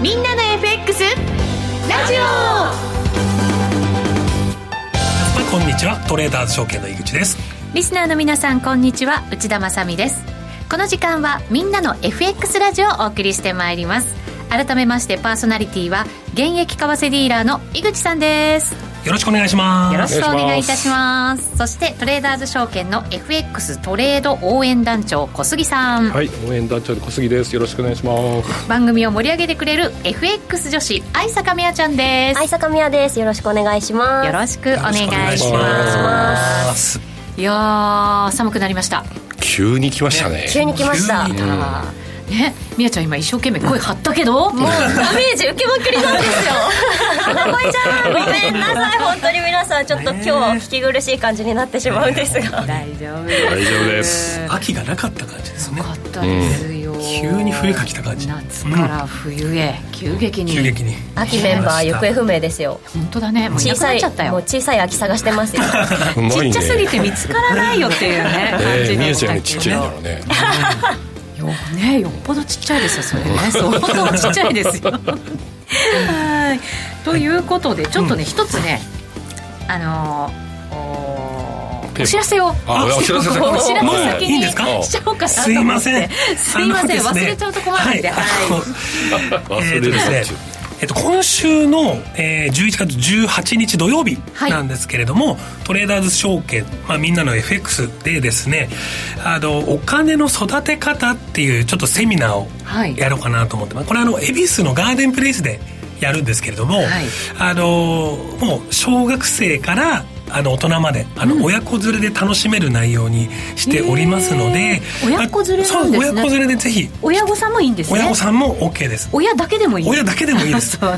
みんなの FX ラジオ。 こんにちは、トレーダーズ証券の井口です。 リスナーの皆さんこんにちは、内田まさみです。この時間はみんなの FX ラジオをお送りしてまいります。改めましてパーソナリティは現役為替ディーラーの井口さんです。 よろしくお願いします。 よろしくお願いいたします。そしてトレーダーズ証券の FX トレード応援団長小杉さん。 はい、応援団長で小杉です。よろしくお願いします。 番組を盛り上げてくれる FX 女子愛坂美也ちゃんです。 愛坂美也です。よろしくお願いします。 よろしくお願いします。いやー、寒くなりました。 急に来ましたね。 急に来ました。 ね、みやちゃん今一生懸命声張ったけどもうダメージ受けまくりなんですよ声ちゃんごめんなさい。本当に皆さんちょっと今日聞き苦しい感じになってしまうんですが大丈夫です。 秋がなかった感じですね。 なかったですよ、 急に冬が来た感じ。 夏から冬へ急激に秋メンバー行方不明ですよ。 本当だね。もういなくなっちゃったよ。 もう小さい秋探してますよちっちゃすぎて見つからないよっていうね感じみやでしたけどちゃんにちっちゃいんだろうねよっぽどちっちゃいですよそれね相当ちっちゃいですよはい、ということでちょっとね、一つねお知らせをお知らせ先にいいんですかしちゃおうかなと思って。 すいません忘れちゃうと困るんで、 ですね、今週の、11月18日土曜日なんですけれども、トレーダーズ証券、みんなの FX でですね、お金の育て方っていうちょっとセミナーをやろうかなと思ってます。これ恵比寿のガーデンプレイスでやるんですけれども、もう小学生から大人まで親子連れで楽しめる内容にしておりますので、 親子連れなんですね。 親子連れでぜひ。 親御さんもいいんですね。 親御さんも OK です。 親だけでもいい。 親だけでもいいですはい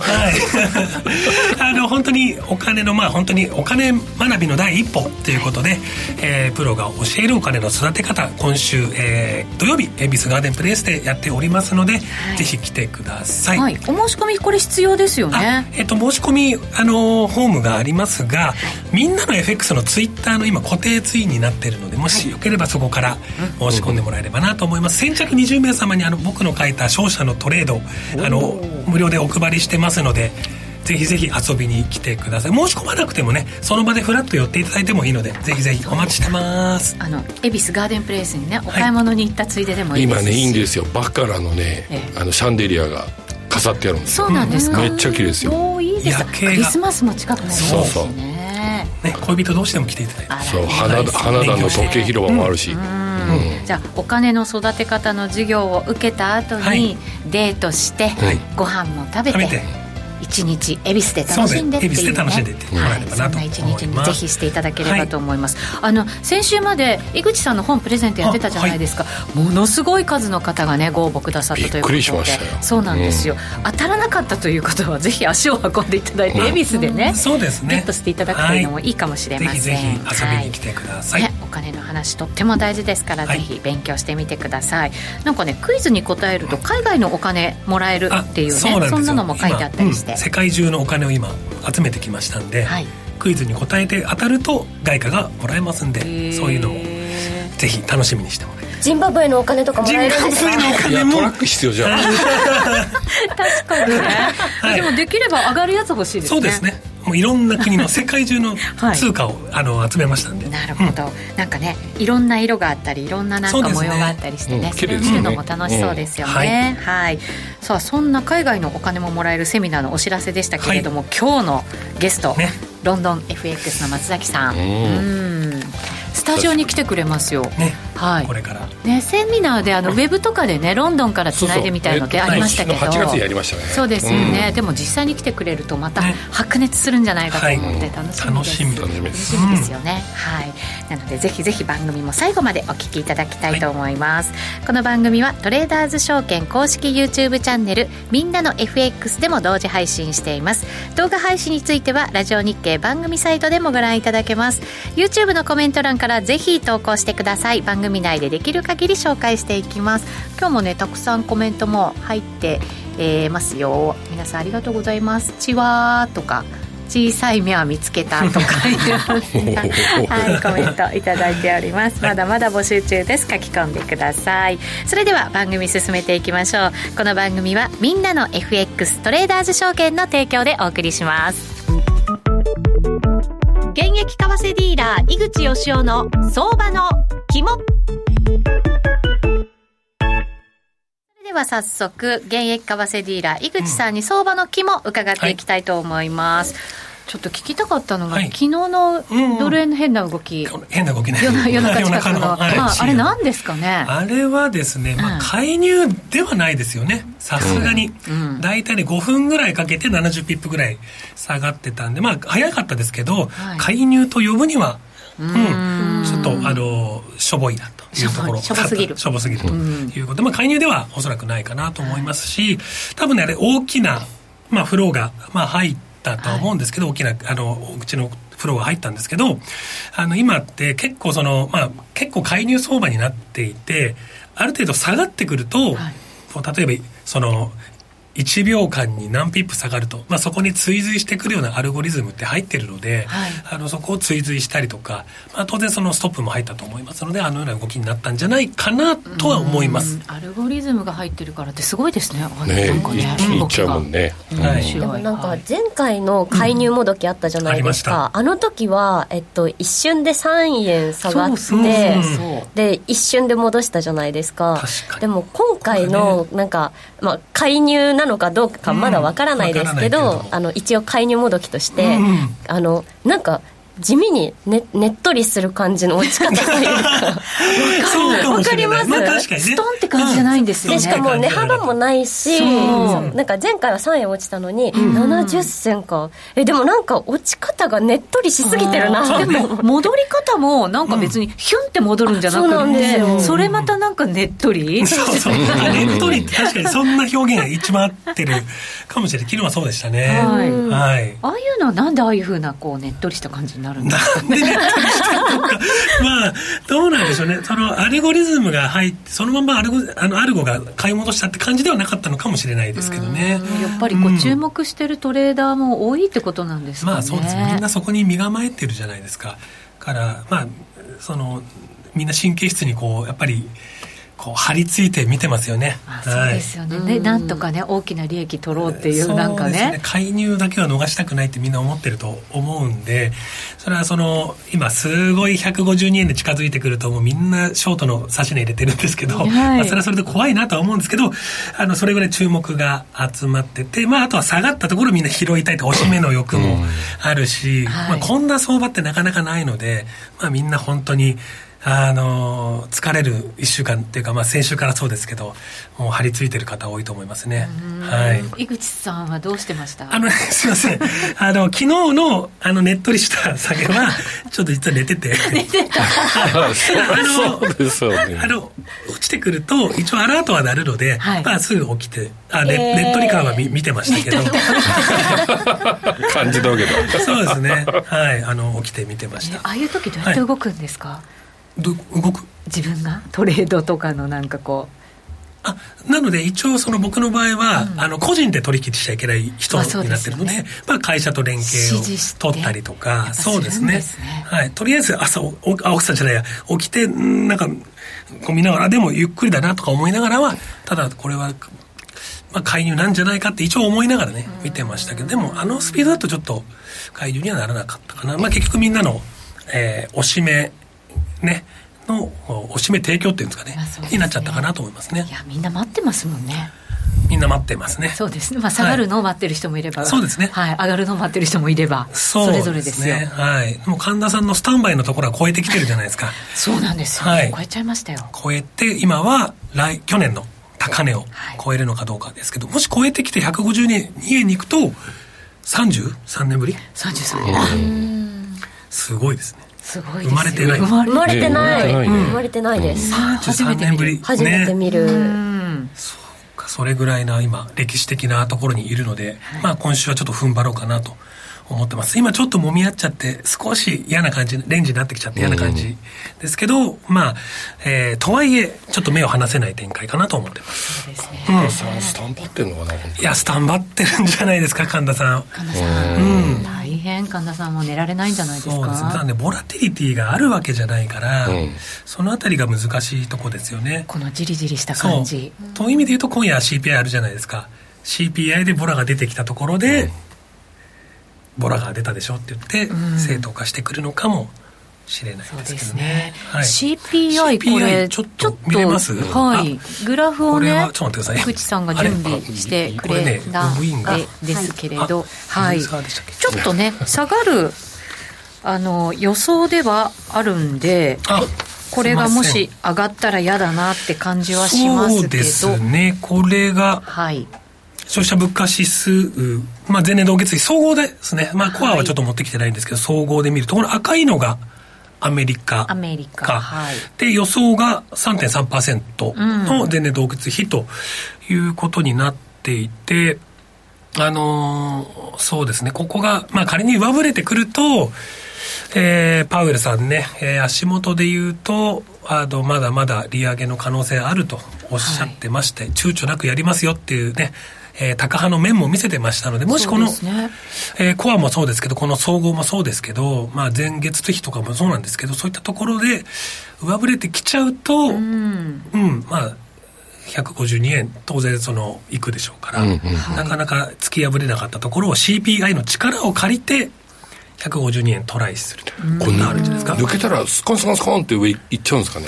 本当にお金の本当にお金学びの第一歩ということで、プロが教えるお金の育て方、今週、土曜日恵比寿ガーデンプレイスでやっておりますので、ぜひ来てください。 お申し込みこれ必要ですよね。 申し込みフォームがありますが、みんなの FX のツイッターの今固定ツイになっているので、もしよければそこから申し込んでもらえればなと思います。先着20名様に僕の書いた勝者のトレード無料でお配りしてますので、ぜひぜひ遊びに来てください。申し込まなくてもね、その場でフラッと寄っていただいてもいいので、ぜひぜひお待ちしてます。 恵比寿ガーデンプレイスにね、お買い物に行ったついででもいいですし、 今ね、いいんですよ。バカラのね、シャンデリアが飾ってあるんですよ。 そうなんですか。 めっちゃ綺麗ですよ。 いいです。クリスマスも近くなりますしね。 恋人同士でも来ていただいて、 そう、花壇の時計広場もあるし、 じゃあお金の育て方の授業を受けた後にデートして、ご飯も食べて一日恵比寿で楽しんでっていうね、 恵比寿で楽しんでってもらえればなと思います。 そんな一日にぜひしていただければと思います。先週まで井口さんの本プレゼントやってたじゃないですか。ものすごい数の方がねご応募くださったということで、 びっくりしましたよ。 そうなんですよ、当たらなかったという方はぜひ足を運んでいただいて、恵比寿でね、 そうですね、 ゲットしていただくというのもいいかもしれません。 ぜひぜひ遊びに来てください。 お金の話とっても大事ですから、ぜひ勉強してみてください。なんかね、クイズに答えると海外のお金もらえるっていうね、そんなのも書いてあったりして、 世界中のお金を今集めてきましたんで、クイズに答えて当たると外貨がもらえますんで、そういうのをぜひ楽しみにしてもらえる。 ジンバブエのお金とかもらえるんですか。 ジンバブエのお金もトラック必要じゃん確かにね、でもできれば上がるやつ欲しいですね。 そうですね、もういろんな国の世界中の通貨を、集めましたんで。 なるほど、なんかね、いろんな色があったり、いろんななんか模様があったりしてね、それを見るのも楽しそうですよね。さあ、そんな海外のお金ももらえるセミナーのお知らせでしたけれども、今日のゲスト、ロンドン FX の松崎さん、スタジオに来てくれますよ。 これからね、セミナーでウェブとかでね、ロンドンからつないでみたいのってありましたけど、 8月にやりましたね。 そうですよね、でも実際に来てくれるとまた白熱するんじゃないかと思って楽しみですよね。なのでぜひぜひ番組も最後までお聞きいただきたいと思います。この番組はトレーダーズ証券公式 YouTube チャンネルみんなの FX でも同時配信しています。動画配信についてはラジオ日経番組サイトでもご覧いただけます。 YouTube のコメント欄からぜひ投稿してください。番組内でできる限り紹介していきます。今日もね、たくさんコメントも入ってますよ。皆さんありがとうございます。ちわーとか小さい目は見つけたとかはい、コメントいただいております。まだまだ募集中です。書き込んでください。それでは番組進めていきましょう。この番組はみんなの FX トレーダーズ証券の提供でお送りします。現役為替ディーラー井口義雄の相場の肝。それでは早速現役為替ディーラー井口さんに相場の肝伺っていきたいと思います、ちょっと聞きたかったのが、昨日のドル円の変な動き、 変な動きね、 夜中近くの、あれ何ですかね。 あれはですね、介入ではないですよね、さすがに。だいたいね5分ぐらいかけて70ピップぐらい下がってたんで、早かったですけど、介入と呼ぶにはちょっとしょぼいなというところ、 しょぼすぎるということで、介入ではおそらくないかなと思いますし、多分ねあれ大きな、フローが、入ったとは思うんですけど、大きなお口のフローが入ったんですけど、今って結構結構介入相場になっていて、ある程度下がってくると、例えば1秒間に何ピップ下がると、そこに追随してくるようなアルゴリズムって入ってるので、そこを追随したりとか、当然そのストップも入ったと思いますので、あのような動きになったんじゃないかなとは思います。 アルゴリズムが入ってるからってすごいですね。 いっちゃうもんね。 でもなんか前回の介入もどきあったじゃないですか。あの時は、一瞬で3円下がって、で一瞬で戻したじゃないですか。でも今回のなんか、介入なのかどうかまだわからないですけど、一応介入もどきとして、なんか地味に ねっとりする感じの落ち方というかわかります、 確かにね、 ストンって感じじゃないんですよね。 でしかも値幅もないし、なんか前回は3円落ちたのに70銭か、でもなんか落ち方がねっとりしすぎてるな。 でも戻り方もなんか別にヒュンって戻るんじゃなくて、それまたなんかねっとり、 そうねっとりって確かにそんな表現が一番合ってるかもしれない。昨日はそうでしたね。ああいうのはなんでああいう風なねっとりした感じになるんですか。 なんでねっとりしたのかどうなんでしょうね。そのアルゴリズムが入ってそのままアルゴが買い戻したって感じではなかったのかもしれないですけどね。 やっぱり注目してるトレーダーも多いってことなんですかね。 そうですね。みんなそこに身構えてるじゃないですか。からみんな神経質にやっぱり張り付いて見てますよね。 そうですよね。なんとかね大きな利益取ろうっていうなんかね。そうですね。 介入だけは逃したくないってみんな思ってると思うんで、それは今すごい152円で近づいてくるともうみんなショートの指値入れてるんですけど、それはそれで怖いなとは思うんですけど、それぐらい注目が集まってて、あとは下がったところみんな拾いたいと押し目の欲もあるし、こんな相場ってなかなかないので、みんな本当に疲れる1週間っていうか、先週からそうですけど、もう張り付いてる方多いと思いますね。 井口さんはどうしてました？ すいません。昨日のねっとりした下げはちょっと実は寝ててそうですよね。 落ちてくると一応アラートは鳴るので、すぐ起きてねっとり感は見てましたけど感じたけどそうですね。起きて見てました。 ああいう時どうやって動くんですか？ 動く自分がトレードとかのなので一応僕の場合は、個人で取引しちゃいけない人になってるので、会社と連携を取ったりとか、そうですね。とりあえず朝起きてなんか見ながらでもゆっくりだなとか思いながらは、ただこれは介入なんじゃないかって一応思いながらね見てましたけど、でもスピードだとちょっと介入にはならなかったかな。結局みんなの、押し目の押し目提供っていうんですかね、になっちゃったかなと思いますね。 いやみんな待ってますもんね。 みんな待ってますね。 そうですね。下がるのを待ってる人もいれば、 そうですね。 上がるのを待ってる人もいれば、それぞれですよ。 もう神田さんのスタンバイのところは超えてきてるじゃないですか。 そうなんですよ。超えちゃいましたよ。 超えて今は去年の高値を超えるのかどうかですけど、もし超えてきて152円に行くと33年ぶり 33年すごいですね。 すごいですよ。 生まれてないです。 初めて見る。 そうか、それぐらいな今歴史的なところにいるので、今週はちょっと踏ん張ろうかなと思ってます。今ちょっと揉み合っちゃって少し嫌な感じ、レンジになってきちゃって嫌な感じですけど、とはいえちょっと目を離せない展開かなと思ってます。 そうですね。 スタンバってるのかな。 いやスタンバってるんじゃないですか、神田さん。 大変、神田さんも寝られないんじゃないですか。 そうですね。なんでボラティリティがあるわけじゃないから、そのあたりが難しいとこですよね。 このジリジリした感じ。 という意味で言うと、今夜 CPI あるじゃないですか。CPI でボラが出てきたところで、ボラが出たでしょって言って、正当化してくるのかもしれないですけどね。 はい、CPI これちょっと見れます？ はい。グラフをね、 ちょっと待ってください。 口さんが準備してくれたですけれど、はい。ちょっとね、下がる予想ではあるんで、これがもし上がったら嫌だなって感じはしますけど。 そうですね。これが、はい。消費者物価指数、前年同月比総合ですね。コアはちょっと持ってきてないんですけど、総合で見ると、この赤いのがアメリカ。はい。で、予想が 3.3% の前年同月比ということになっていて、そうですね。ここが、仮に上振れてくると、パウエルさんね、足元で言うと、まだまだ利上げの可能性あるとおっしゃってまして、躊躇なくやりますよっていうね、高派の面も見せてましたので、もしこの、コアもそうですけど、この総合もそうですけど、前月比とかもそうなんですけど、そういったところで上振れてきちゃうと、152円当然いくでしょうから、なかなか突き破れなかったところを CPI の力を借りて152円トライする。 こんなあるんじゃないですか。抜けたらスコンスコンスコンって上行っちゃうんですかね。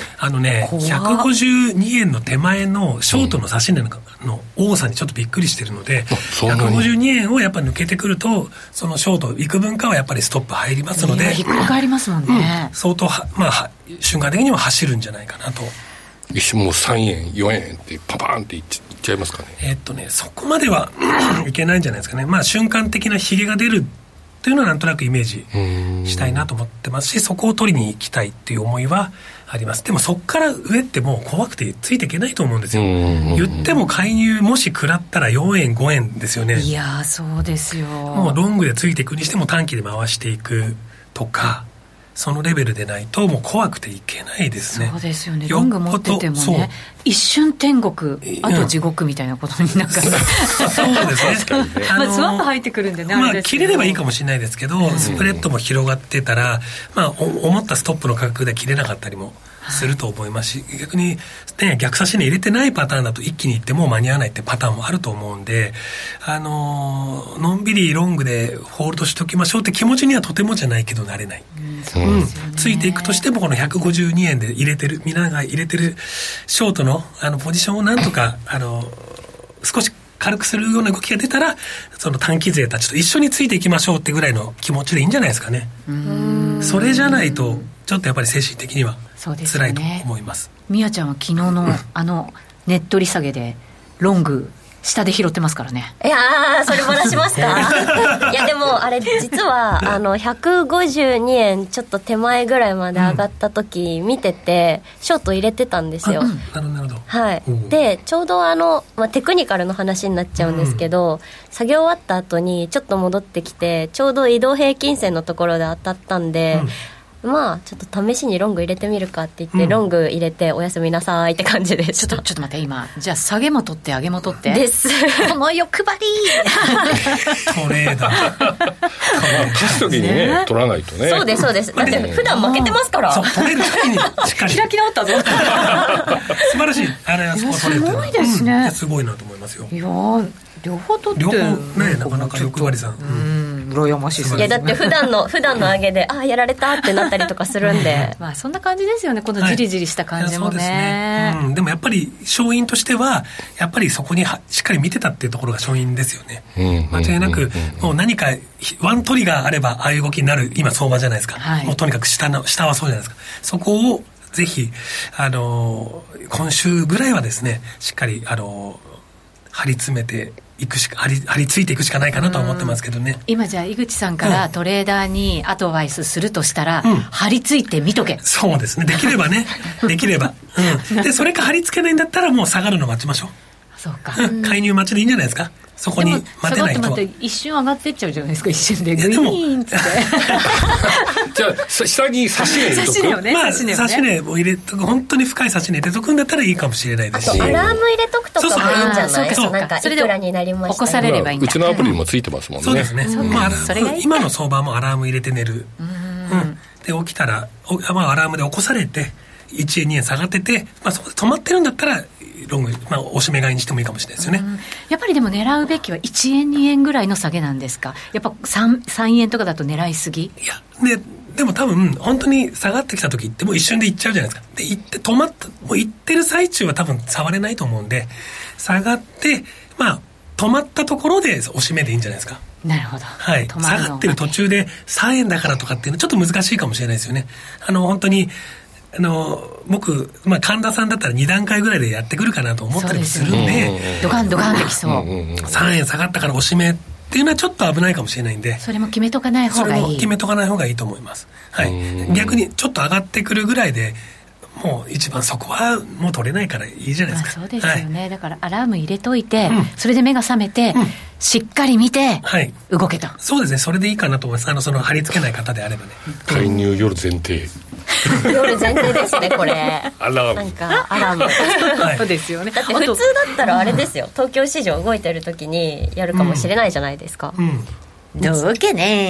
152円の手前のショートの指し値の多さにちょっとびっくりしてるので、152円をやっぱ抜けてくると、そのショート幾分かはやっぱりストップ入りますので、 ひっくり返りますもんね。 相当瞬間的には走るんじゃないかなと。 一瞬もう3円4円ってパパーンっていっちゃいますかね。 そこまではいけないんじゃないですかね。瞬間的なヒゲが出るというのはなんとなくイメージしたいなと思ってますし、そこを取りに行きたいっていう思いはあります。でもそこから上ってもう怖くてついていけないと思うんですよ。言っても介入もし食らったら4円5円ですよね。 いやそうですよ。 もうロングでついていくにしても短期で回していくとか、そのレベルでないともう怖くていけないですね。 そうですよね。ロング持っててもね、一瞬天国あと地獄みたいなことになんかそうですね。 スワップ入ってくるんでね、 切れればいいかもしれないですけど、スプレッドも広がってたら、思ったストップの価格で切れなかったりもすると思いますし、逆に、ね、逆差し値入れてないパターンだと一気にいっても間に合わないってパターンもあると思うんで、のんびりロングでホールドしておきましょうって気持ちにはとてもじゃないけどなれない。ついていくとしてもこの152円で入れてる、みんなが入れてるショートのポジションをなんとか少し軽くするような動きが出たら、その短期勢たちと一緒についていきましょうってぐらいの気持ちでいいんじゃないですかね。それじゃないとちょっとやっぱり精神的には辛いと思います。 みやちゃんは昨日のネット利下げでロング下で拾ってますからね。 いやー、それも出しますかいやでもあれ実は152円ちょっと手前ぐらいまで上がった時見てて、ショート入れてたんですよ。 なるほど。 はい。でちょうどテクニカルの話になっちゃうんですけど、作業終わった後にちょっと戻ってきて、ちょうど移動平均線のところで当たったんで、ちょっと試しにロング入れてみるかって言って、ロング入れておやすみなさいって感じでした。 ちょっと待って、今じゃあ下げも取って上げも取ってですこの欲張りトレーダー勝つ時にね取らないとね。 そうですだって普段負けてますから。 そう、取れる時にしっかり開き直ったぞ素晴らしい。あれはそこ取れるってすごいですね。 すごいなと思いますよ。 いや両方取って両方ね、なかなか欲張りさん、 羨ましいです。 いやだって普段の上げでやられたってなったりとかするんでそんな感じですよね、このじりじりした感じもね。 そうですね。でもやっぱり勝因としてはやっぱりそこにしっかり見てたっていうところが勝因ですよね。間違いなくもう何かワントリガーあればああいう動きになる今相場じゃないですか。もうとにかく下はそうじゃないですか。そこをぜひ今週ぐらいはですね、しっかり張り詰めていくしか、張り付いていくしかないかなと思ってますけどね。 今じゃあ井口さんからトレーダーにアドバイスするとしたら、張り付いてみとけ。 そうですね、できればねできれば、でそれか張り付けないんだったらもう下がるの待ちましょう。 そうか、 介入待ちでいいんじゃないですか。 そこに待てない人は待って一瞬上がってっちゃうじゃないですか、一瞬でグイーンってじゃあ下に差し値入れとく、 差し値を入れとく、本当に深い差し値入れとくんだったらいいかもしれないですし、 アラーム入れとくとかもいいんじゃないですか。なんかいくらになりました起こされればいいんだ。 うちのアプリもついてますもんね。 そうですね、 それがいい。 今の相場もアラーム入れて寝る、で起きたらアラームで起こされて1円2円下がってて、そこで止まってるんだったらロング、おしめ買いにしてもいいかもしれないですよね。 やっぱりでも狙うべきは1円2円ぐらいの下げなんですか。やっぱ 3円とかだと狙いすぎ。いやでも多分本当に下がってきた時ってもう一瞬で行っちゃうじゃないですか。で行って止まったもう行ってる最中は多分触れないと思うんで、下がって止まったところでおしめでいいんじゃないですか。 なるほど、 はい、下がってる途中で3円だからとかっていうのはちょっと難しいかもしれないですよね。本当に僕、神田さんだったら2段階ぐらいでやってくるかなと思ったりもするんで、 ドカンドカンできそう、 3円下がったからおしめっていうのはちょっと危ないかもしれないんで、 それも決めとかない方がいい。 それも決めとかない方がいいと思います、はい、逆にちょっと上がってくるぐらいでもう一番そこはもう取れないからいいじゃないですか。 そうですよね、だからアラーム入れといて、それで目が覚めて、しっかり見て、動けた。 そうですね、それでいいかなと思います。その貼り付けない方であればね。 介入夜前提夜前提ですねこれアラーム、 なんかアラームそうですよね。 だって普通だったらあれですよ、東京市場動いてる時にやるかもしれないじゃないですか。 どうけね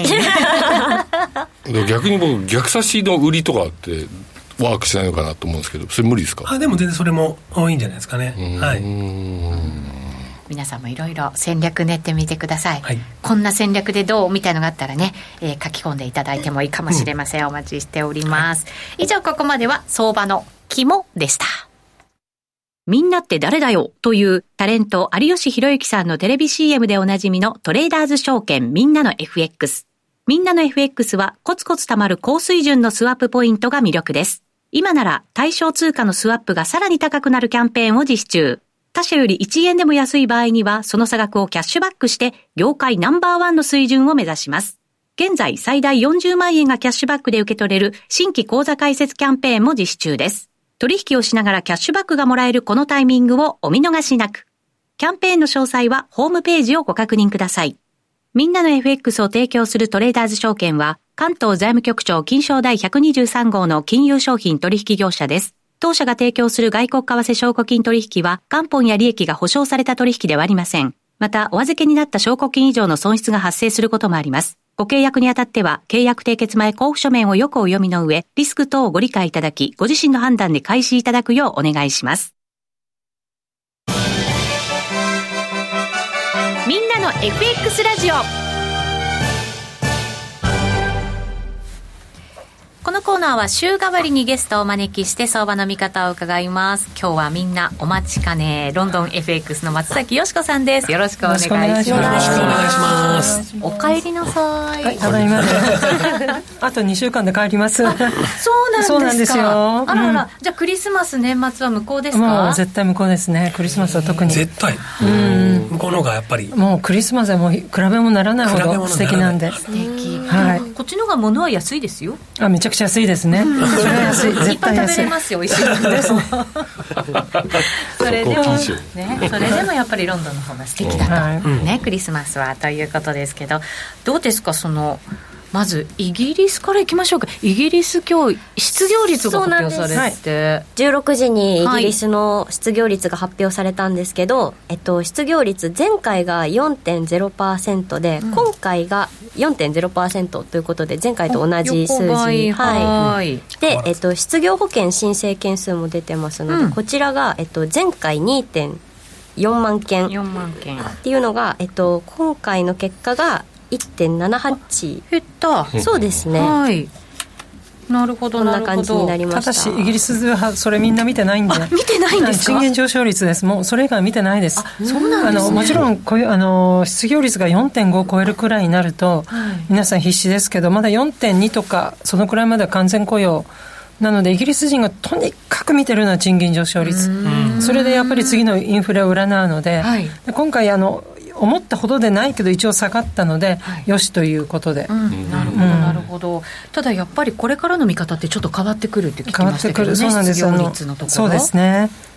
逆に僕逆差しの売りとかってワークしないのかなと思うんですけど、それ無理ですか。 でも全然それも多いんじゃないですかね。はい、 皆さんもいろいろ戦略練ってみてください、こんな戦略でどうみたいのがあったらね、書き込んでいただいてもいいかもしれません、お待ちしております、以上ここまでは相場の肝でした。みんなって誰だよというタレント有吉弘行さんのテレビ CM でおなじみのトレーダーズ証券みんなの FX。みんなの FX はコツコツ貯まる高水準のスワップポイントが魅力です。今なら対象通貨のスワップがさらに高くなるキャンペーンを実施中。他社より1円でも安い場合にはその差額をキャッシュバックして業界ナンバーワンの水準を目指します。現在最大40万円がキャッシュバックで受け取れる新規口座開設キャンペーンも実施中です。取引をしながらキャッシュバックがもらえるこのタイミングをお見逃しなく。キャンペーンの詳細はホームページをご確認ください。みんなの FX を提供するトレーダーズ証券は関東財務局長金商第123号の金融商品取引業者です。当社が提供する外国為替証拠金取引は元本や利益が保証された取引ではありません。またお預けになった証拠金以上の損失が発生することもあります。ご契約にあたっては契約締結前交付書面をよくお読みの上、リスク等をご理解いただき、ご自身の判断で開始いただくようお願いします。みんなの FX ラジオ。このコーナーは週替わりにゲストをお招きして相場の見方を伺います。今日はみんなお待ちかねロンドン FX の松崎よしこさんです。よろしくお願いします。 よろしくお願いします。 お帰りなさい。 はい、ただいまあと2週間で帰ります。 そうなんですか。あらあら、 じゃあクリスマス年末は向こうですか。 もう絶対向こうですね。クリスマスは特に絶対向こうの方がやっぱりもうクリスマスはもう比べもならないほど素敵なんで。 素敵、 はい、 こっちの方が物は安いですよ。 めちゃくちゃ安いですね。それは安い、絶対安い。 いっぱい食べれますよ、美味しいですね。それでもやっぱりロンドンの方が素敵だと、ね、クリスマスはということですけど、どうですか、まずイギリスからいきましょうか。イギリス今日失業率が発表されて、 16時にイギリスの失業率が発表されたんですけど、失業率前回が 4.0% で、今回が 4.0% ということで前回と同じ数字、で、失業保険申請件数も出てますので、こちらが、前回 2.4 万件っていうのが、今回の結果が1.78 減った。 そうですね、 はい、なるほど、 こんな感じになりました。 ただしイギリスはそれみんな見てないんで。 見てないんですか。 賃金上昇率です。もうそれ以外見てないです。 そうなんですね。 もちろんこういう失業率が 4.5 を超えるくらいになると、皆さん必死ですけど、まだ 4.2 とかそのくらいまでは完全雇用なので、イギリス人がとにかく見てるのは賃金上昇率。それでやっぱり次のインフレを占うので、今回思ったほどでないけど一応下がったので、よしということで、 なるほどなるほど。ただやっぱりこれからの見方ってちょっと変わってくるって聞きましたけどね。 そうなんです。 失業率のところ。 そうですね。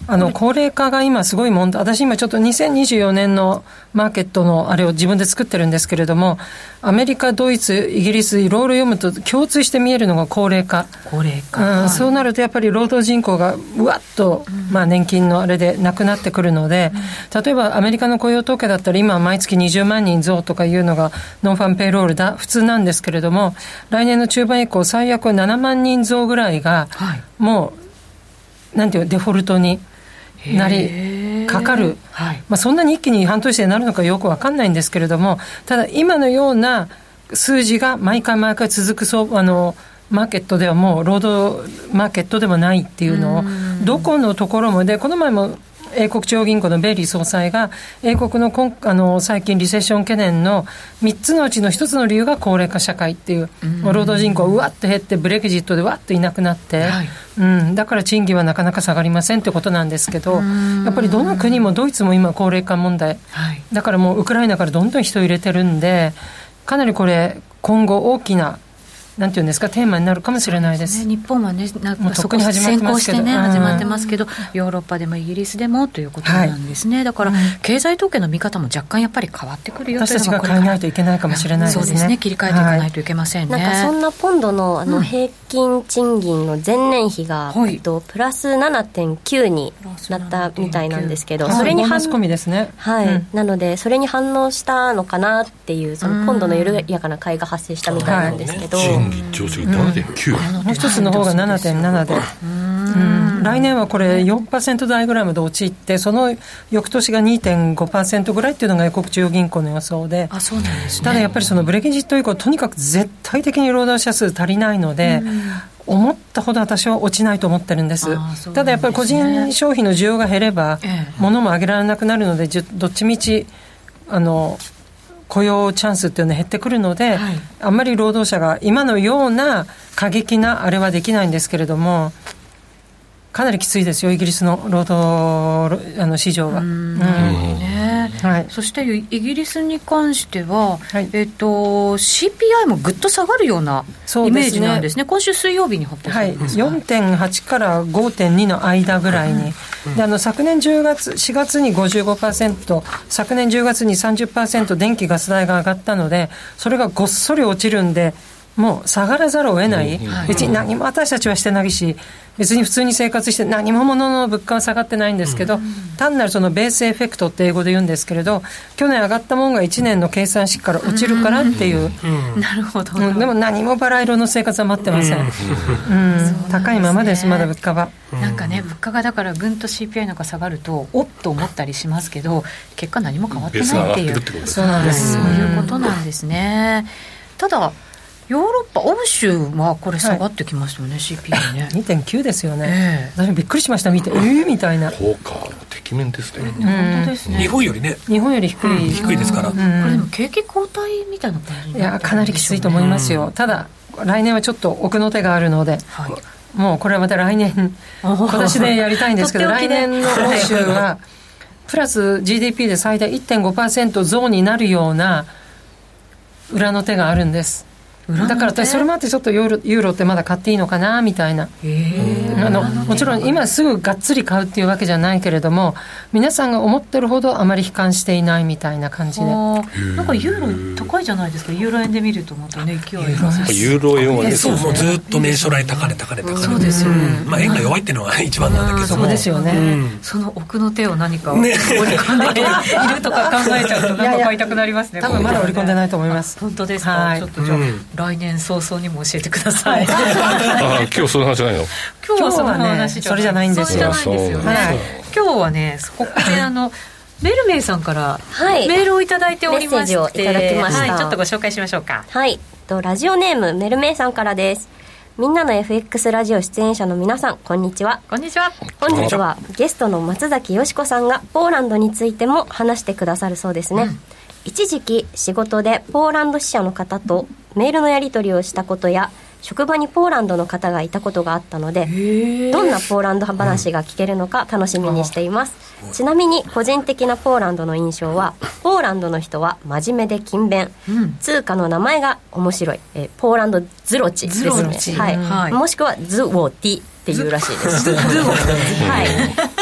高齢化が今すごい問題。私今ちょっと2024年のマーケットのあれを自分で作ってるんですけれども、アメリカ、ドイツ、イギリスいろいろ読むと共通して見えるのが高齢化。そうなるとやっぱり労働人口がうわっと、年金のあれでなくなってくるので、例えばアメリカの雇用統計だったら今毎月20万人増とかいうのがノンファンペイロールだ普通なんですけれども、来年の中盤以降最悪7万人増ぐらいがもうなんていうデフォルトになりかかる、そんなに一気に半年でなるのかよく分かんないんですけれども、ただ今のような数字が毎回続くマーケットではもう労働マーケットでもないっていうのをどこのところもで、この前も英国中央銀行のベイリー総裁が英国の最近リセッション懸念の3つのうちの1つの理由が高齢化社会っていう、労働人口うわっと減ってブレグジットでわっといなくなって、だから賃金はなかなか下がりませんってことなんですけど、やっぱりどの国もドイツも今高齢化問題、だからもうウクライナからどんどん人入れてるんで、かなりこれ今後大きななんていうんですか、テーマになるかもしれないです。 日本はね、なんかそこに先行してね始まってますけど、ヨーロッパでもイギリスでもということなんですね。だから経済統計の見方も若干やっぱり変わってくるよというのが、 私たちが変えないといけないかもしれないですね。 そうですね、切り替えていかないといけませんね。 なんかそんなポンドの平均賃金の前年比が、プラス 7.9 になったみたいなんですけど、それに込みですね。 なのでそれに反応したのかなっていう、そのポンドの緩やかな買いが発生したみたいなんですけど、 上昇 7.9、 もう一つの方が 7.7 で、来年はこれ 4% 台ぐらいまで陥って、その翌年が 2.5% ぐらいっていうのが英国中央銀行の予想で、 そうなんですね。 ただやっぱりそのブレグジット以降とにかく絶対的に労働者数足りないので、思ったほど私は落ちないと思ってるんです。ただやっぱり個人消費の需要が減れば、物も上げられなくなるので、どっちみち雇用チャンスっていうのは減ってくるので、あんまり労働者が今のような過激なあれはできないんですけれども、かなりきついですよ、イギリスの労働市場は。 そしてイギリスに関しては、CPI もぐっと下がるようなイメージなんですね。今週水曜日に発表されます。 4.8 から 5.2 の間ぐらいに、で昨年4月に 55%、昨年10月に 30% 電気ガス代が上がったので、それがごっそり落ちるんで、もう下がらざるを得ない、別に何も私たちはしてないし、別に普通に生活して何も物の物価は下がってないんですけど、単なるそのベースエフェクトって英語で言うんですけれど、去年上がったものが1年の計算式から落ちるからっていう、 なるほど、 でも何もバラ色の生活は待ってません。高いままです、まだ物価は。 なんかね、物価がだからぐんと CPI なんか下がるとおっと思ったりしますけど、結果何も変わってないっていう、そういうことなんですね。ただヨーロッパ、欧州はこれ下がってきましたよね、CPI ね。 2.9 ですよね。私びっくりしました、見て、みたいな。 効果のてきめんですね。 本当ですね。 日本よりね。 日本より低いですから。 これでも景気後退みたいな感じになってるんでしょうね。 いや、かなりきついと思いますよ。ただ来年はちょっと奥の手があるので、もうこれはまた来年今年でやりたいんですけど、来年の欧州はプラス GDP で最大 1.5% 増になるような裏の手があるんです。だから私それもあってちょっとユーロってまだ買っていいのかなみたいな、もちろん今すぐがっつり買うっていうわけじゃないけれども、皆さんが思ってるほどあまり悲観していないみたいな感じで、 なんかユーロ高いじゃないですか。ユーロ円で見るとまたね、勢いあります。 ユーロ円はね、 もうずっと年初来高値そうですよね。 円が弱いっていうのが一番なんだけど、 そこですよね。 その奥の手を何か織り込んでいるとか考えちゃうとなんか買いたくなりますね。 多分まだ織り込んでないと思います。 本当ですか。ちょっとじゃあ来年早々にも教えてください。 今日その話じゃないの？ 今日はその話それじゃないんですよ。 今日はね、ここでメルメイさんからメールをいただいておりまして、 メッセージをいただきました。 ちょっとご紹介しましょうか。 ラジオネームメルメイさんからです。みんなの FX ラジオ出演者の皆さん、こんにちは。 こんにちは。 本日はゲストの松崎よし子さんがポーランドについても話してくださるそうですね。一時期仕事でポーランド支社の方とメールのやり取りをしたことや、職場にポーランドの方がいたことがあったので、どんなポーランド話が聞けるのか楽しみにしています。ちなみに個人的なポーランドの印象は、ポーランドの人は真面目で勤勉、通貨の名前が面白い、ポーランドズロチですね。もしくはズウォーティっていうらしいです。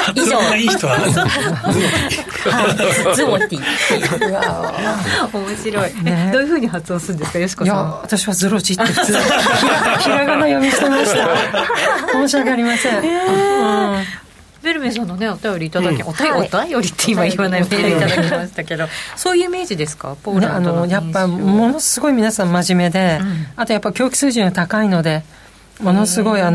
発音がいい人はズモティ面白い、どういうふうに発音するんですか、よしこさん。 いや私はズロジって普通ひらがな読みしてました申し訳ありません、 ベルメさんのねお便りいただき、お便りって今言わないメールいただきましたけどそういうイメージですか、ポーランドのやっぱものすごい皆さん真面目で、あとやっぱ教育水準が高いのでものすごい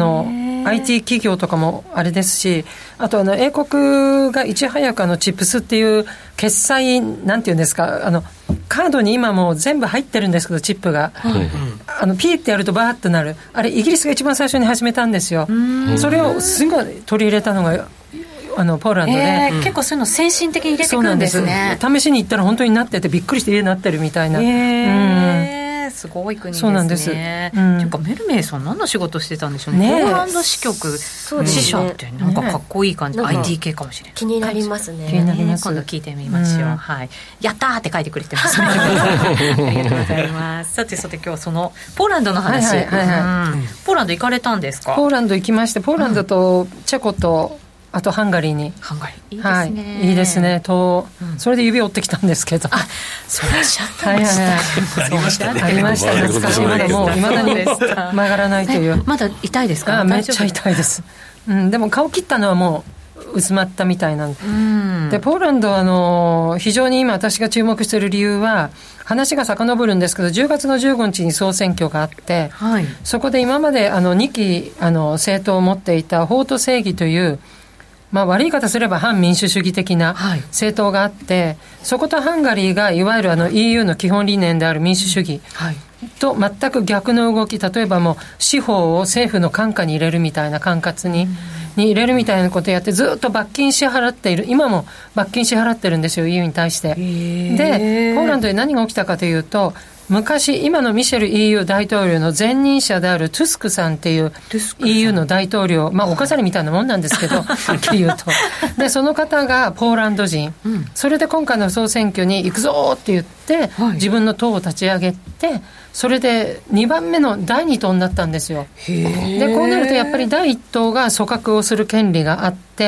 IT 企業とかもあれですし、あと英国がいち早くチップスっていう決済なんていうんですか、カードに今もう全部入ってるんですけどチップが、ピーってやるとバーってなる、あれイギリスが一番最初に始めたんですよ。それをすぐ取り入れたのがポーランドで、 結構そういうの先進的に入れてくるんですね。 試しに行ったら本当になっててびっくりして家になってるみたいな、 すごい国ですね。 そうなんです、 っていうかメルメイさん何の仕事してたんでしょうね。ポーランド支局支社ってなんかかっこいい感じ、IT 系かもしれない。 気になりますね。 気になります。 今度聞いてみましょう、やったーって書いてくれてますありがとうございます。さて今日はそのポーランドの話、ポーランド行かれたんですか。 ポーランド行きまして、ポーランドとチェコとあとハンガリーに。 ハンガリーいいですね、 いいですねと、それで指を折ってきたんですけど、 そうおっしゃってましたありましたね。 ありました懐かしい。まだもう未だに曲がらないという。 まだ痛いですか。 めっちゃ痛いです、でも顔切ったのはもう薄まったみたいなんで、ポーランドは非常に今私が注目している理由は、話が遡るんですけど10月の15日に総選挙があって、そこで今まで2期政党を持っていた法と正義という悪い言い方すれば反民主主義的な政党があって、そことハンガリーがいわゆるEU の基本理念である民主主義と全く逆の動き、例えばもう司法を政府の管下に入れるみたいな、管轄に入れるみたいなことをやって、ずっと罰金支払っている、今も罰金支払ってるんですよ EU に対して。でポーランドで何が起きたかというと、昔今のミシェル EU 大統領の前任者であるトゥスクさんっていう EU の大統領、お飾りみたいなもんなんですけどはっきり言うと、でその方がポーランド人、それで今回の総選挙に行くぞって言って、自分の党を立ち上げて、それで2番目の第2党になったんですよ。でこうなるとやっぱり第1党が組閣をする権利があって、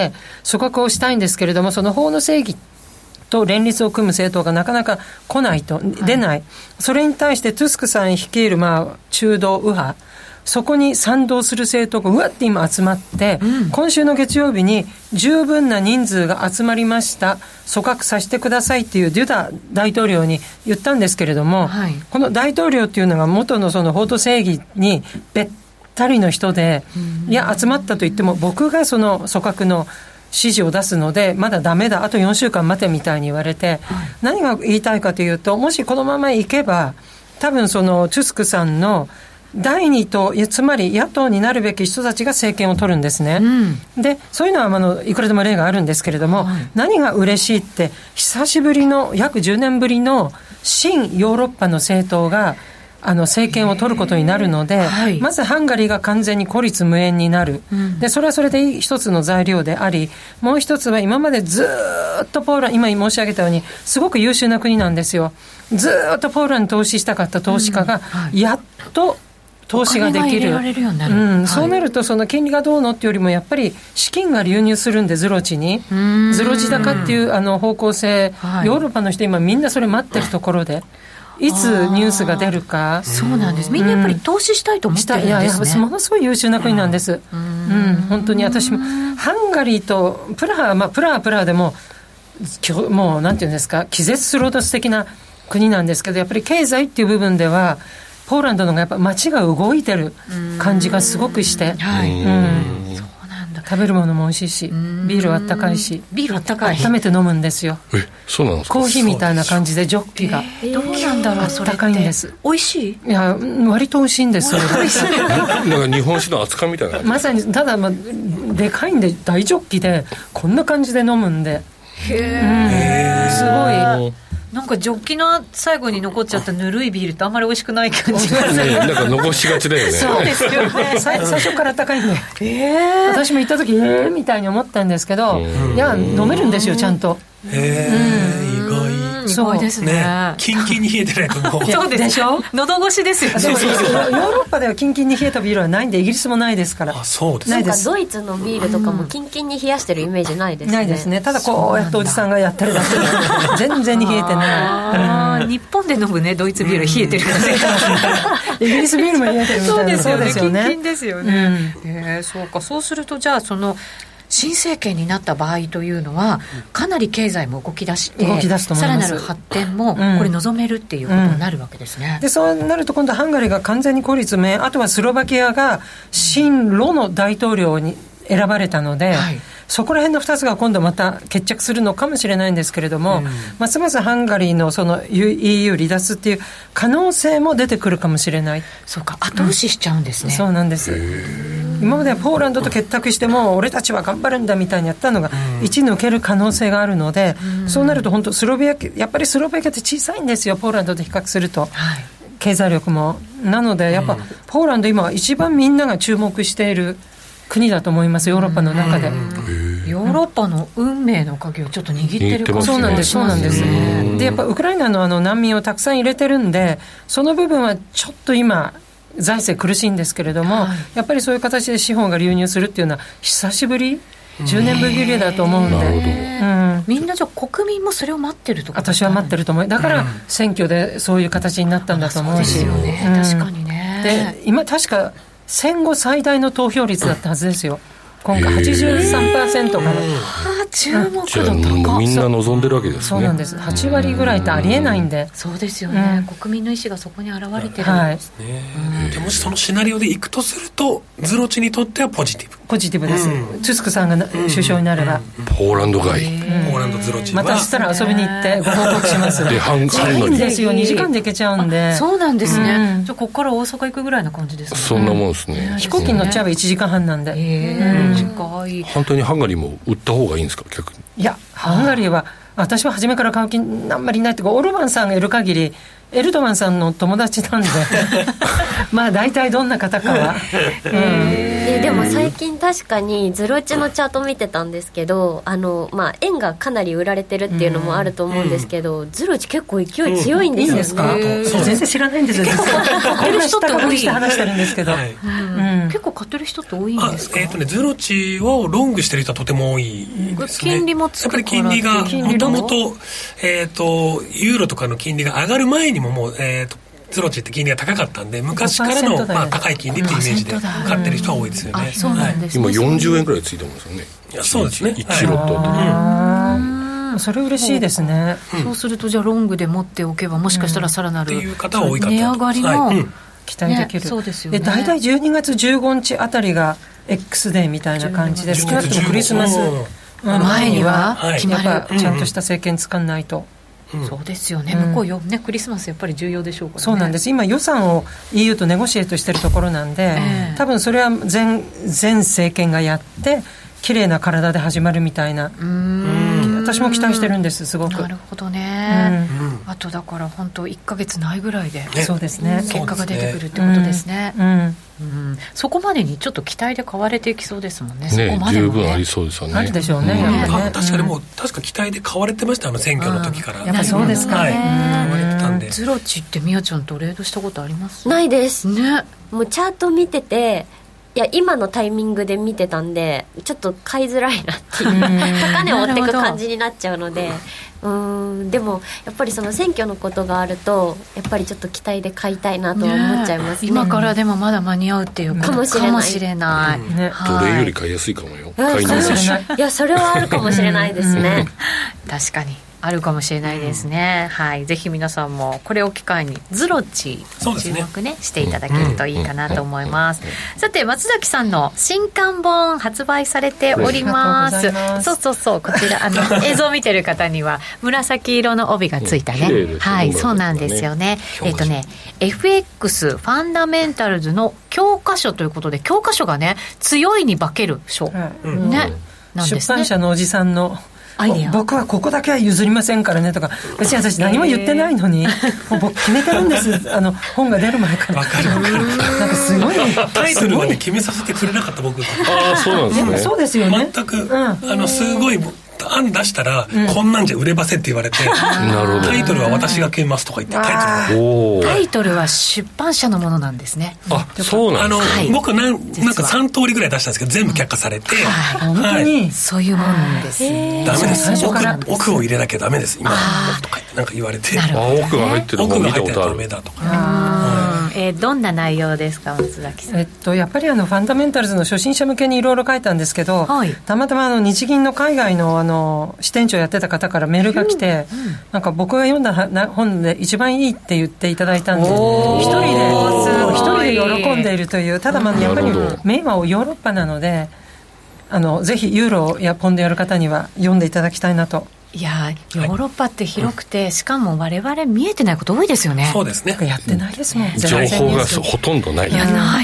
組閣をしたいんですけれども、その法の正義と連立を組む政党がなかなか来ないと、出ない、それに対してトゥスクさん率いる中道右派、そこに賛同する政党がうわって今集まって、今週の月曜日に十分な人数が集まりました、組閣させてくださいっていうデュダ大統領に言ったんですけれども、この大統領っていうのが元のその法と正義にべったりの人で、いや集まったと言っても僕がその組閣の指示を出すのでまだダメだ、あと4週間待てみたいに言われて、何が言いたいかというと、もしこのままいけば多分そのトゥスクさんの第2党、つまり野党になるべき人たちが政権を取るんですね、でそういうのはいくらでも例があるんですけれども、何が嬉しいって、久しぶりの約10年ぶりの新ヨーロッパの政党が政権を取ることになるので、まずハンガリーが完全に孤立無縁になる、でそれはそれで一つの材料であり、もう一つは今までずっとポーランド、今申し上げたようにすごく優秀な国なんですよ。ずっとポーランドに投資したかった投資家がやっと投資ができる、そうなるとその金利がどうのっていうよりもやっぱり資金が流入するんで、ズロ地にズロ地高っていう方向性、ヨーロッパの人今みんなそれ待ってるところで、いつニュースが出るか。 そうなんです。みんなやっぱり投資したいと思ってるんですね。 ものすごい優秀な国なんです。本当に私もハンガリーとプラハ、プラハでももうなんていうんですか、気絶するほど素敵な国なんですけど、やっぱり経済っていう部分ではポーランドのがやっぱ街が動いてる感じがすごくして、食べるものも美味しいし、ビールはあったかいし、温めて飲むんですよ。 そうなんですか。 コーヒーみたいな感じでジョッキがどうなんだろう、 あったかいんです。 美味しい。 いや割と美味しいんです。それなんか日本酒の熱燗みたいなまさに、ただでかいんで大ジョッキでこんな感じで飲むんで、すごい。 なんかジョッキの最後に残っちゃったぬるいビールってあんまり美味しくない感じがする、 なんか残しがちだよね。 そうですよね最初から高いんで、私も行った時みたいに思ったんですけど、いや飲めるんですよちゃんと。 意外。 意外ですね。 キンキンに冷えてないともうそうでしょ、喉越しですよね。 ヨーロッパではキンキンに冷えたビールはないんで、イギリスもないですから。 そうです。 なんかドイツのビールとかもキンキンに冷やしてるイメージないですね。 ないですね。ただこうやっておじさんがやってるだけで全然に冷えてない。 日本で飲むねドイツビール冷えてるんですよ。 イギリスビールも冷えてるみたいな。 そうですよね。キンキンですよね。そうか。そうするとじゃあその新政権になった場合というのはかなり経済も動き出してさらなる発展もこれ望めるっていうことになるわけですね。 でそうなると今度ハンガリーが完全に孤立め、あとはスロバキアが親ロの大統領に選ばれたので、そこら辺の2つが今度また決着するのかもしれないんですけれども、ますますハンガリーのその EU 離脱っていう可能性も出てくるかもしれない。 そうか、後押ししちゃうんですね。 そうなんです。今まではポーランドと結託しても俺たちは頑張るんだみたいにやったのが一抜ける可能性があるので、そうなると本当やっぱりスロバキアって小さいんですよ、ポーランドと比較すると、経済力も。なのでやっぱポーランド今一番みんなが注目している国だと思います、ヨーロッパの中で。 ヨーロッパの運命の鍵をちょっと握ってるかもしれない。 そうなんです。でやっぱウクライナの難民をたくさん入れてるんで、その部分はちょっと今財政苦しいんですけれども、やっぱりそういう形で資本が流入するっていうのは久しぶり、10年ぶりだと思うんで、 みんなじゃあ国民もそれを待ってるとか。 私は待ってると思う。だから選挙でそういう形になったんだと思うし、 そうですよね、確かにね。 で今確か戦後最大の投票率だったはずですよ。今回 83% から。 注目度高い。 みんな望んでるわけですね。 そうなんです。8割ぐらいってありえないんで。 そうですよね、国民の意思がそこに現れてるんですね。 でもしそのシナリオでいくとするとズロチにとってはポジティブ。 ポジティブです。トゥスクさんが首相になれば。 ポーランド外。 ポーランドズロチはまたしたら遊びに行ってご報告します。 でハンガリーですよ、2時間で行けちゃうんで。 そうなんですね。じゃあここから大阪行くぐらいな感じですね。 そんなもんですね。 飛行機に乗っちゃえば1時間半なんで。 近い。 本当にハンガリーも売った方がいいんですか、逆に。 いや、ハンガリーは私は初めから買う気あんまりないというか、オルバンさんがいる限りエルドマンさんの友達なんでまあ大体どんな方かは、 でも最近確かにズロチのチャート見てたんですけど、円がかなり売られてるっていうのもあると思うんですけど、ズロチ結構勢い強いんですよね。 全然知らないんですよ。 買ってる人って多い。 話してるんですけど、 結構買ってる人って多いんですか。 ズロチをロングしてる人はとても多いですね。 金利もつくから。 やっぱり金利がもともとユーロとかの金利が上がる前にももうズロチって金利が高かったんで、昔からの高い金利っていうイメージで買ってる人は多いですよね。 そうなんですね。 今40円ぐらいついてますよね。 そうですね。 1ロットそれ嬉しいですね。 そうするとじゃあロングで持っておけばもしかしたらさらなるっていう方は多いかと。 値上がりも期待できる。 そうですよね。 大体12月15日あたりが X デーみたいな感じで、少なくともクリスマス前には決まる。 やっぱちゃんとした政権使わないと。 そうですよね。向こうよね、クリスマスやっぱり重要でしょうからね。 そうなんです。今予算を EU とネゴシエートしてるところなんで、多分それは前政権がやって綺麗な体で始まるみたいな。私も期待してるんです、すごく。 なるほどね。あとだから本当1ヶ月ないぐらいで、 そうですね、 結果が出てくるってことですね。そこまでにちょっと期待で買われていきそうですもんね。そこまでもね、 十分ありそうですよね。 あるでしょうね。 確かにもう確か期待で買われてました、選挙の時から。 やっぱそうですか。 買われてたんで。 ズロチってみやちゃんトレードしたことあります？ ないですね。 もうチャート見てて、いや今のタイミングで見てたんでちょっと買いづらいなっていう高値を追っていく感じになっちゃうので、でもやっぱりその選挙のことがあるとやっぱりちょっと期待で買いたいなと思っちゃいますね。 今からでもまだ間に合うっていうことかもしれない。 奴隷より買いやすいかもよ。 いやそれはあるかもしれないですね。 確かにあるかもしれないですね。はい、ぜひ皆さんもこれを機会にズロチ注目ねしていただけるといいかなと思います。さて松崎さんの新刊本発売されております。そうこちら映像を見てる方には紫色の帯がついたね。はい、そうなんですよね。FX ファンダメンタルズの教科書ということで、教科書がね強いに化ける書、ね、なんですね。 出版社のおじさんのアイデア、 僕はここだけは譲りませんからねとか、別に私何も言ってないのに、もう僕決めてるんです本が出る前から。 分かるなんかすごいタイトルまで決めさせてくれなかった僕。 そうなんですね。 そうですよね。 全くすごい案出したら、こんなんじゃ売れませんって言われて、タイトルは私が決めますとか言ってタイトルは出版社のものなんですね。 そうなんですね。僕なんか3通りぐらい出したんですけど全部却下されて、 本当にそういうもんですね。 ダメです、奥を入れなきゃダメです今とかなんか言われて、 奥が入ってるの見たことある。 ダメだとか。 どんな内容ですか、松崎さん。 やっぱりファンダメンタルズの初心者向けにいろいろ書いたんですけど、たまたま日銀の海外の支店長やってた方からメールが来て、なんか僕が読んだ本で一番いいって言っていただいたんで、一人で喜んでいるという。ただやっぱりメインはヨーロッパなので、ぜひユーロやポンドやる方には読んでいただきたいなと。 いやヨーロッパって広くて、しかも我々見えてないこと多いですよね。 そうですね。 やってないですもん。 情報がほとんどない。 ない。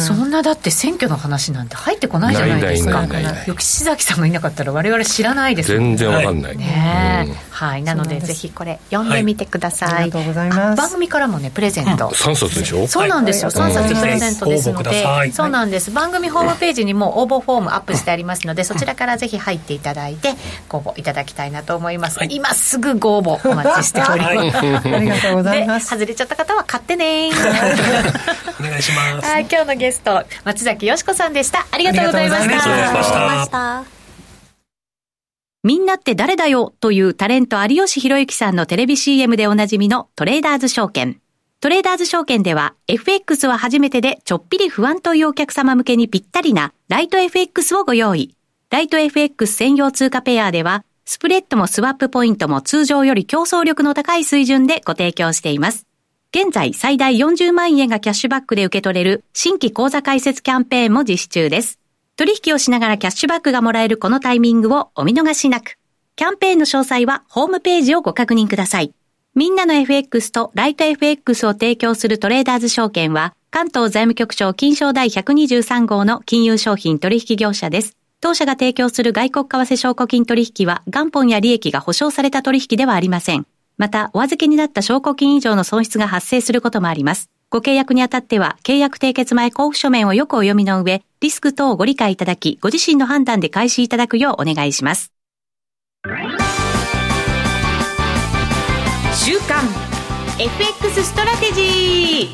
そんなだって選挙の話なんて入ってこないじゃないですか。吉崎さんがいなかったら我々知らないですもん。 全然わかんない。 はい。なのでぜひこれ読んでみてください。 ありがとうございます。 番組からもねプレゼント。 3冊でしょ。 そうなんですよ。3冊プレゼントですので。そうなんです。番組ホームページにも応募フォームアップしてありますので、そちらからぜひ入っていただいてご応募いただきたいなと思います。今すぐご応募お待ちしております。 ありがとうございます。 外れちゃった方は買ってねお願いします。 今日のゲスト松崎よしこさんでした。ありがとうございました。みんなって誰だよというタレント有吉弘行さんのテレビ CM でおなじみのトレーダーズ証券。トレーダーズ証券では FX は初めてでちょっぴり不安というお客様向けにぴったりなライト FX をご用意。ライト FX 専用通貨ペアではスプレッドもスワップポイントも通常より競争力の高い水準でご提供しています。現在最大40万円がキャッシュバックで受け取れる新規口座開設キャンペーンも実施中です。取引をしながらキャッシュバックがもらえるこのタイミングをお見逃しなく。キャンペーンの詳細はホームページをご確認ください。みんなの FX とライト FX を提供するトレーダーズ証券は関東財務局長金商第123号の金融商品取引業者です。当社が提供する外国為替証拠金取引は元本や利益が保証された取引ではありません。また、お預けになった証拠金以上の損失が発生することもあります。ご契約にあたっては、契約締結前交付書面をよくお読みの上、リスク等をご理解いただき、ご自身の判断で開始いただくようお願いします。週刊 FX ストラテジー。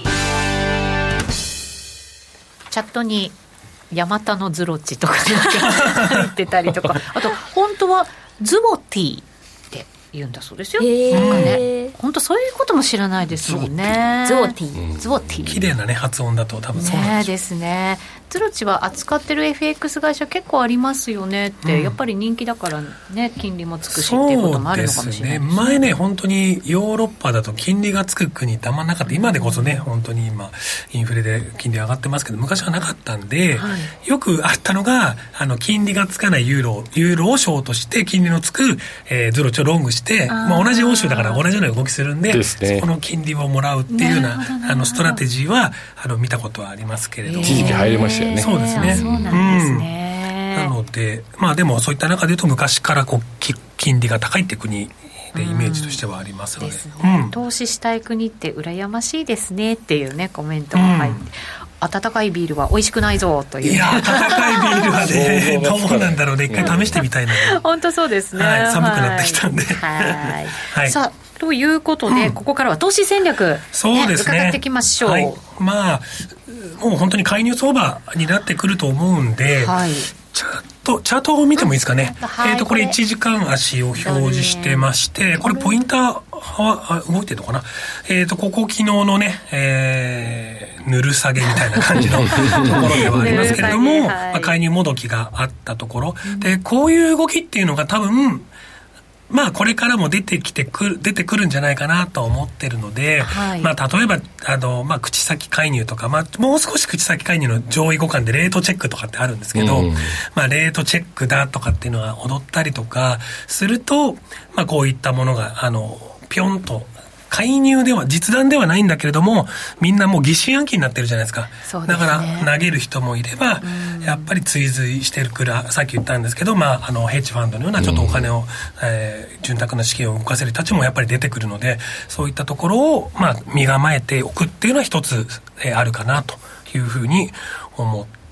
チャットにヤマタのズロッチとか入ってたりとか、あと本当はズボティって言うんだそうですよ。なんかね、本当そういうことも知らないですもんね。ズボティ、 綺麗なね発音だと多分そうなんですね。ズロッチは扱ってる FX 会社結構ありますよねって、やっぱり人気だからね、金利もつくしっていうこともあるのかもしれないですね。 前ね本当にヨーロッパだと金利がつく国ってあんまなかった。今でこそね本当に今インフレで金利上がってますけど、昔はなかったんで、よくあったのが金利がつかないユーロをショートして金利のつく、ズロッチをロングして、同じ欧州だから同じような動きするんで、そこの金利をもらうっていうようなストラテジーは見たことはありますけれども、 一時期入りましたよね。 そうですね。 そうなんですね。 なのででもそういった中でいうと昔から金利が高いって国でイメージとしてはありますので、 ですね。投資したい国って羨ましいですねっていうねコメントが入って、温かいビールは美味しくないぞという。 いや温かいビールはねどうなんだろうね、一回試してみたいな本当そうですね、 寒くなってきたんで、 さあということで、ここからは投資戦略、 そうですね、 伺っていきましょう。 もう本当に介入相場になってくると思うんで、チャートを見てもいいですかね。これ1時間足を表示してまして、これポインターは動いてるのかな。ここ昨日のね、ぬる下げみたいな感じのところではありますけれども、介入もどきがあったところで、こういう動きっていうのが多分これからも出てくるんじゃないかなと思ってるので、例えば口先介入とか、もう少し口先介入の上位互換でレートチェックとかってあるんですけど、レートチェックだとかっていうのが踊ったりとかすると、こういったものがぴょんと介入では実弾ではないんだけれども、みんなもう疑心暗鬼になってるじゃないですか。だから投げる人もいれば、やっぱり追随してくる、さっき言ったんですけど、ヘッジファンドのようなちょっとお金を、潤沢な資金を動かせる人たちもやっぱり出てくるので、そういったところを身構えておくっていうのは一つ、あるかなというふうに思って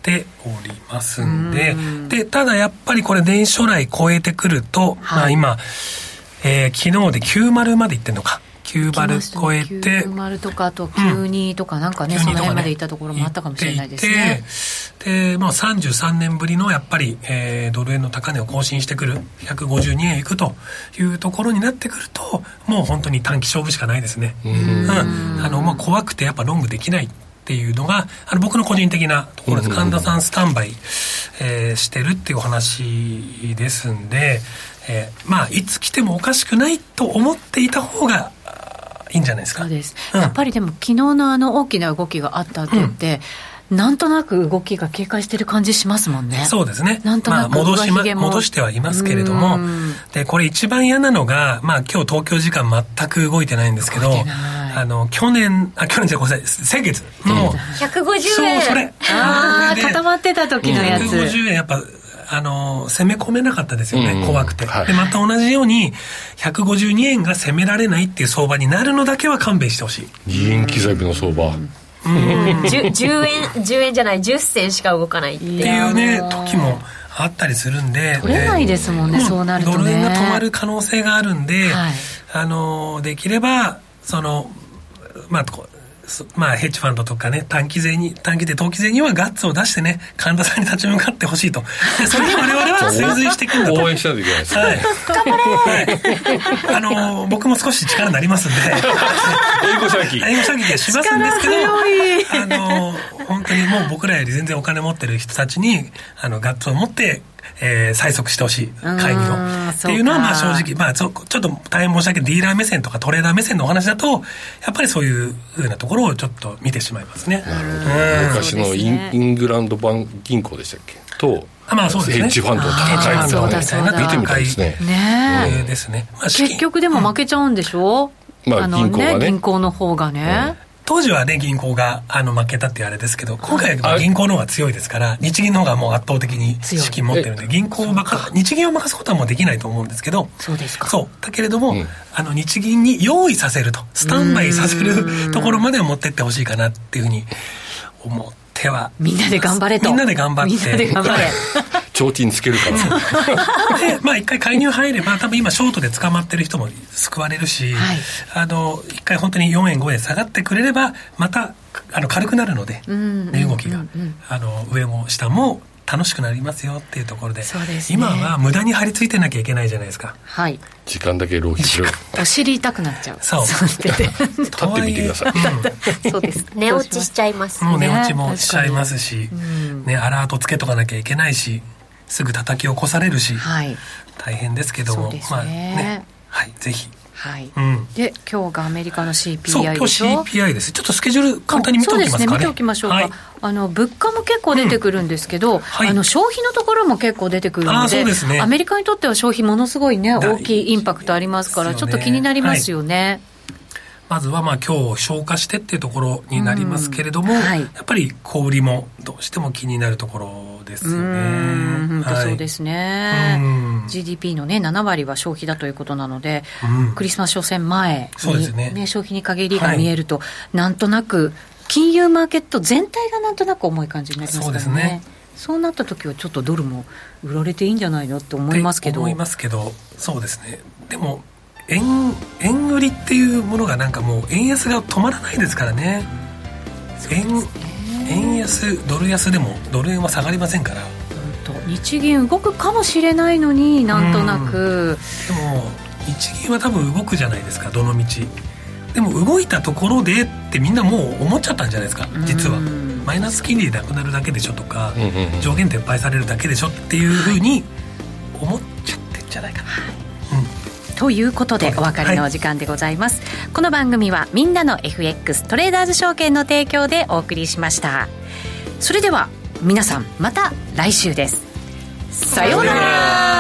ておりますんで、でただやっぱりこれ年初来超えてくると、まあ、今、昨日で90までいってんのか、90超えて 90とかあと92とかなんかね、その辺までいったところもあったかもしれないですね。 で、まあ、33年ぶりのやっぱり、ドル円の高値を更新してくる152円いくというところになってくると、もう本当に短期勝負しかないですね。まあ、怖くてやっぱロングできないっていうのが僕の個人的なところです。神田さんスタンバイ、してるっていうお話ですんで、まあいつ来てもおかしくないと思っていた方がいいんじゃないですか。 そうです、やっぱりでも昨日の大きな動きがあった後って、なんとなく動きが警戒してる感じしますもんね。 そうですね。 なんとなく戻してはいますけれども、でこれ一番嫌なのが、まあ今日東京時間全く動いてないんですけど、去年じゃごめんなさい、先月の 150円、 それ固まってた時のやつ、 150円やっぱ攻め込めなかったですよね、怖くて。でまた同じように152円が攻められないっていう相場になるのだけは勘弁してほしい。 2円刻みの相場、 10円じゃない10銭しか動かないっていうね時もあったりするんで、 取れないですもんね、そうなるとね。 ドル円が止まる可能性があるんで、できればヘッジファンドとかね、短期で投機税にはガッツを出してね、神田さんに立ち向かってほしいと。それで我々は追随していくんだと。 応援しないといけないです。 頑張れ。僕も少し力になりますんで。 英語射撃はしますんですけど、本当にもう僕らより全然お金持ってる人たちにガッツを持って催促してほしい介入をっていうのは、まあ正直、ちょっと大変申し訳ない、ディーラー目線とかトレーダー目線のお話だと、やっぱりそういう風なところをちょっと見てしまいますね。 昔のイングランド銀行でしたっけと、 そうですね、 ヘッジファンドの戦いみたいな見てみたいですね。 ですね。 結局でも負けちゃうんでしょ、銀行の方がね。 当時はね、銀行が負けたっていうあれですけど、今回は銀行の方が強いですから、日銀の方がもう圧倒的に資金持ってるんで、日銀を任すことはもうできないと思うんですけど、 そうですか。 だけれども、日銀に用意させると、スタンバイさせるところまでは持ってってほしいかなっていうふうに思っては。 みんなで頑張れと。 みんなで頑張って。 みんなで頑張れ。 提灯つけるからで、一回介入入れば、多分今ショートで捕まってる人も救われるし、一回本当に4円5円下がってくれれば、また軽くなるので、値動きが、上も下も楽しくなりますよっていうところで、今は無駄に張り付いてなきゃいけないじゃないですか。 時間だけ浪費する。 お尻痛くなっちゃう。 立ってみてください。 そうです。 寝落ちしちゃいますね。 もう寝落ちもしちゃいますし、アラートつけとかなきゃいけないし、すぐ叩き起こされるし、大変ですけども、ぜひ。 で今日がアメリカの CPI でしょ。 今日 CPI です。ちょっとスケジュール簡単に見ておきますかね。 見ておきましょうか。物価も結構出てくるんですけど、消費のところも結構出てくるので、アメリカにとっては消費ものすごいね、大きいインパクトありますから、ちょっと気になりますよね。 まずは今日消化してっていうところになりますけれども、やっぱり小売りもどうしても気になるところですよね。 そうですね。GDP のね7割は消費だということなので、クリスマス商戦前に消費に陰りが見えると、なんとなく金融マーケット全体がなんとなく重い感じになりますからね。そうなった時はちょっとドルも売られていいんじゃないのって思いますけど。 そうですね。でも円売りっていうものがなんかもう円安が止まらないですからね。円安ドル安でもドル円は下がりませんから。 日銀動くかもしれないのになんとなく、 でも日銀は多分動くじゃないですか、どの道。でも動いたところでってみんなもう思っちゃったんじゃないですか。実はマイナス金利でなくなるだけでしょとか、上限撤廃されるだけでしょっていうふうに思っちゃってんじゃないかな。 ということでお別れのお時間でございます。この番組はみんなの FX トレーダーズ証券の提供でお送りしました。それでは皆さんまた来週です。さようなら。